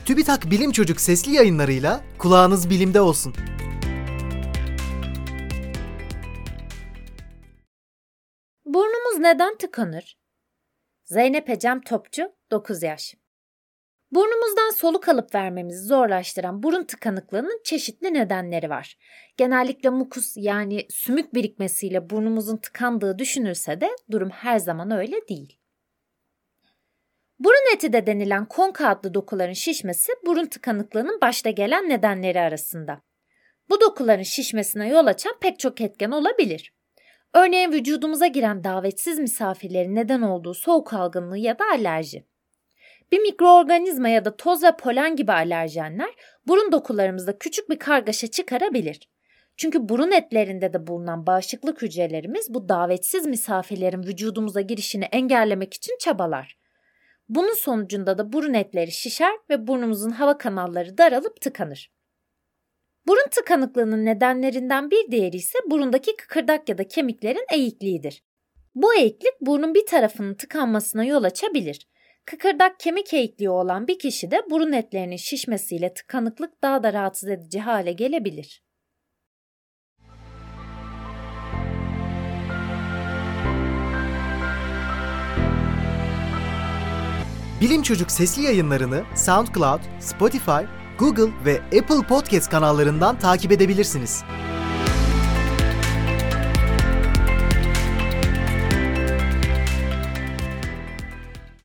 TÜBİTAK Bilim Çocuk sesli yayınlarıyla kulağınız bilimde olsun. Burnumuz neden tıkanır? Zeynep Ecem Topçu, 9 yaş. Burnumuzdan soluk alıp vermemizi zorlaştıran burun tıkanıklığının çeşitli nedenleri var. Genellikle mukus yani sümük birikmesiyle burnumuzun tıkandığı düşünülse de durum her zaman öyle değil. Burun eti de denilen konka adlı dokuların şişmesi burun tıkanıklığının başta gelen nedenleri arasında. Bu dokuların şişmesine yol açan pek çok etken olabilir. Örneğin vücudumuza giren davetsiz misafirlerin neden olduğu soğuk algınlığı ya da alerji. Bir mikroorganizma ya da toz ve polen gibi alerjenler burun dokularımızda küçük bir kargaşa çıkarabilir. Çünkü burun etlerinde de bulunan bağışıklık hücrelerimiz bu davetsiz misafirlerin vücudumuza girişini engellemek için çabalar. Bunun sonucunda da burun etleri şişer ve burnumuzun hava kanalları daralıp tıkanır. Burun tıkanıklığının nedenlerinden bir diğeri ise burundaki kıkırdak ya da kemiklerin eğikliğidir. Bu eğiklik burnun bir tarafının tıkanmasına yol açabilir. Kıkırdak kemik eğikliği olan bir kişide burun etlerinin şişmesiyle tıkanıklık daha da rahatsız edici hale gelebilir. Bilim Çocuk sesli yayınlarını SoundCloud, Spotify, Google ve Apple Podcast kanallarından takip edebilirsiniz.